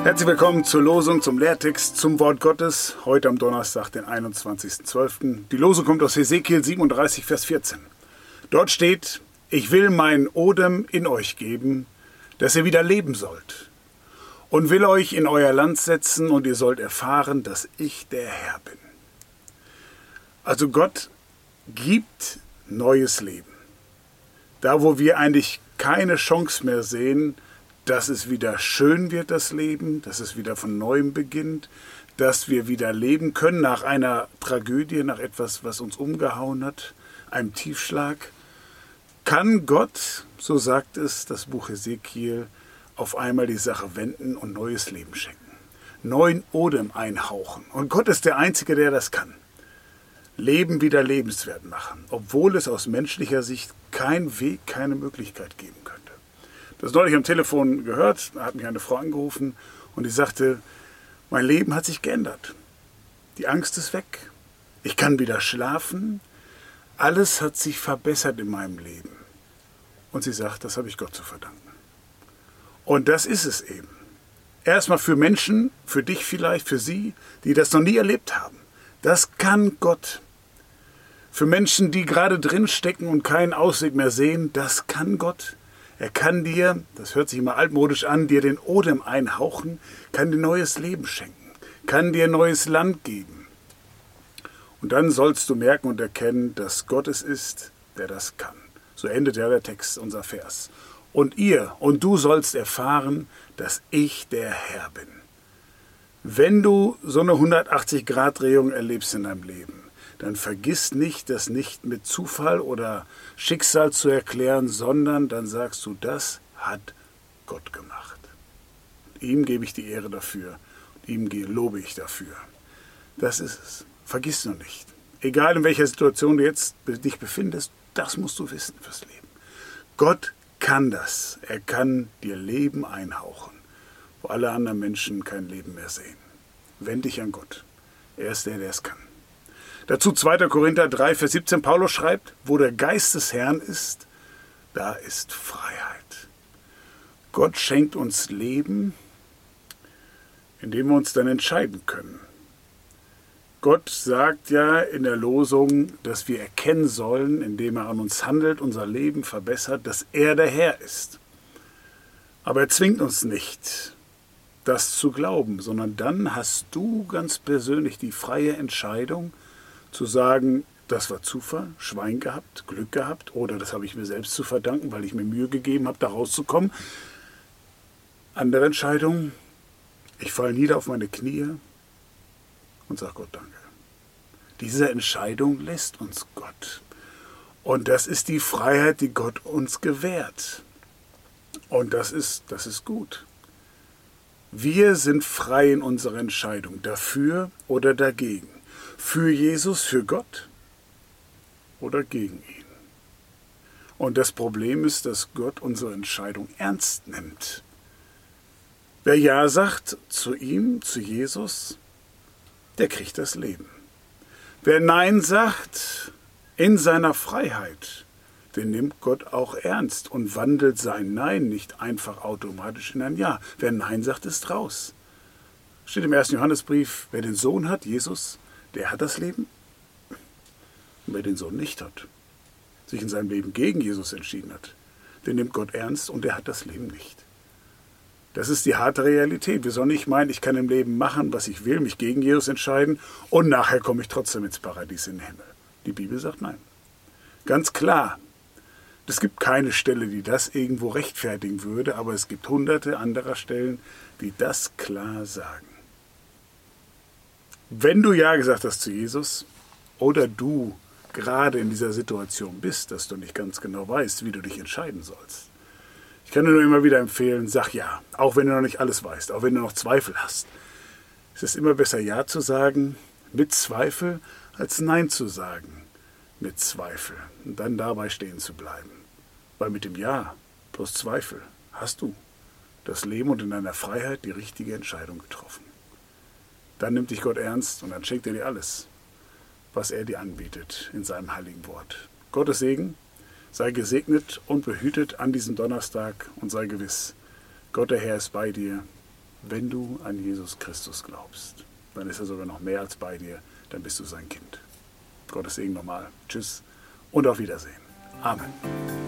Herzlich willkommen zur Losung, zum Lehrtext, zum Wort Gottes, heute am Donnerstag, den 21.12. Die Losung kommt aus Hesekiel 37, Vers 14. Dort steht: Ich will mein Odem in euch geben, dass ihr wieder leben sollt, und will euch in euer Land setzen, und ihr sollt erfahren, dass ich der Herr bin. Also Gott gibt neues Leben. Da, wo wir eigentlich keine Chance mehr sehen, dass es wieder schön wird, das Leben, dass es wieder von Neuem beginnt, dass wir wieder leben können nach einer Tragödie, nach etwas, was uns umgehauen hat, einem Tiefschlag, kann Gott, so sagt es das Buch Hesekiel, auf einmal die Sache wenden und neues Leben schenken, neuen Odem einhauchen. Und Gott ist der Einzige, der das kann. Leben wieder lebenswert machen, obwohl es aus menschlicher Sicht keinen Weg, keine Möglichkeit geben könnte. Das neulich am Telefon gehört, da hat mich eine Frau angerufen und die sagte, mein Leben hat sich geändert. Die Angst ist weg, ich kann wieder schlafen, alles hat sich verbessert in meinem Leben. Und sie sagt, das habe ich Gott zu verdanken. Und das ist es eben. Erstmal für Menschen, für dich vielleicht, für sie, die das noch nie erlebt haben. Das kann Gott. Für Menschen, die gerade drinstecken und keinen Ausweg mehr sehen, das kann Gott. Er kann dir, das hört sich immer altmodisch an, dir den Odem einhauchen, kann dir neues Leben schenken, kann dir neues Land geben. Und dann sollst du merken und erkennen, dass Gott es ist, der das kann. So endet ja der Text, unser Vers. Und ihr und du sollst erfahren, dass ich der Herr bin. Wenn du so eine 180-Grad-Drehung erlebst in deinem Leben, dann vergiss nicht, das nicht mit Zufall oder Schicksal zu erklären, sondern dann sagst du, das hat Gott gemacht. Und ihm gebe ich die Ehre dafür, und ihm lobe ich dafür. Das ist es. Vergiss nur nicht. Egal in welcher Situation du jetzt dich befindest, das musst du wissen fürs Leben. Gott kann das. Er kann dir Leben einhauchen, wo alle anderen Menschen kein Leben mehr sehen. Wend dich an Gott. Er ist der, der es kann. Dazu 2. Korinther 3, Vers 17, Paulus schreibt, wo der Geist des Herrn ist, da ist Freiheit. Gott schenkt uns Leben, indem wir uns dann entscheiden können. Gott sagt ja in der Losung, dass wir erkennen sollen, indem er an uns handelt, unser Leben verbessert, dass er der Herr ist. Aber er zwingt uns nicht, das zu glauben, sondern dann hast du ganz persönlich die freie Entscheidung, zu sagen, das war Zufall, Schwein gehabt, Glück gehabt oder das habe ich mir selbst zu verdanken, weil ich mir Mühe gegeben habe, da rauszukommen. Andere Entscheidung, ich falle nieder auf meine Knie und sage Gott danke. Diese Entscheidung lässt uns Gott. Und das ist die Freiheit, die Gott uns gewährt. Und das ist gut. Wir sind frei in unserer Entscheidung, dafür oder dagegen. Für Jesus, für Gott oder gegen ihn. Und das Problem ist, dass Gott unsere Entscheidung ernst nimmt. Wer Ja sagt zu ihm, zu Jesus, der kriegt das Leben. Wer Nein sagt in seiner Freiheit, den nimmt Gott auch ernst und wandelt sein Nein nicht einfach automatisch in ein Ja. Wer Nein sagt, ist raus. Steht im 1. Johannesbrief, wer den Sohn hat, Jesus, der hat das Leben. Und wer den Sohn nicht hat, sich in seinem Leben gegen Jesus entschieden hat, den nimmt Gott ernst und der hat das Leben nicht. Das ist die harte Realität. Wir sollen nicht meinen, ich kann im Leben machen, was ich will, mich gegen Jesus entscheiden und nachher komme ich trotzdem ins Paradies in den Himmel. Die Bibel sagt nein. Ganz klar. Es gibt keine Stelle, die das irgendwo rechtfertigen würde, aber es gibt hunderte anderer Stellen, die das klar sagen. Wenn du Ja gesagt hast zu Jesus oder du gerade in dieser Situation bist, dass du nicht ganz genau weißt, wie du dich entscheiden sollst. Ich kann dir nur immer wieder empfehlen, sag Ja, auch wenn du noch nicht alles weißt, auch wenn du noch Zweifel hast. Es ist immer besser Ja zu sagen mit Zweifel, als Nein zu sagen mit Zweifel und dann dabei stehen zu bleiben. Weil mit dem Ja plus Zweifel hast du das Leben und in deiner Freiheit die richtige Entscheidung getroffen. Dann nimmt dich Gott ernst und dann schenkt er dir alles, was er dir anbietet in seinem heiligen Wort. Gottes Segen, sei gesegnet und behütet an diesem Donnerstag und sei gewiss, Gott der Herr ist bei dir, wenn du an Jesus Christus glaubst. Dann ist er sogar noch mehr als bei dir, dann bist du sein Kind. Gottes Segen nochmal. Tschüss und auf Wiedersehen. Amen.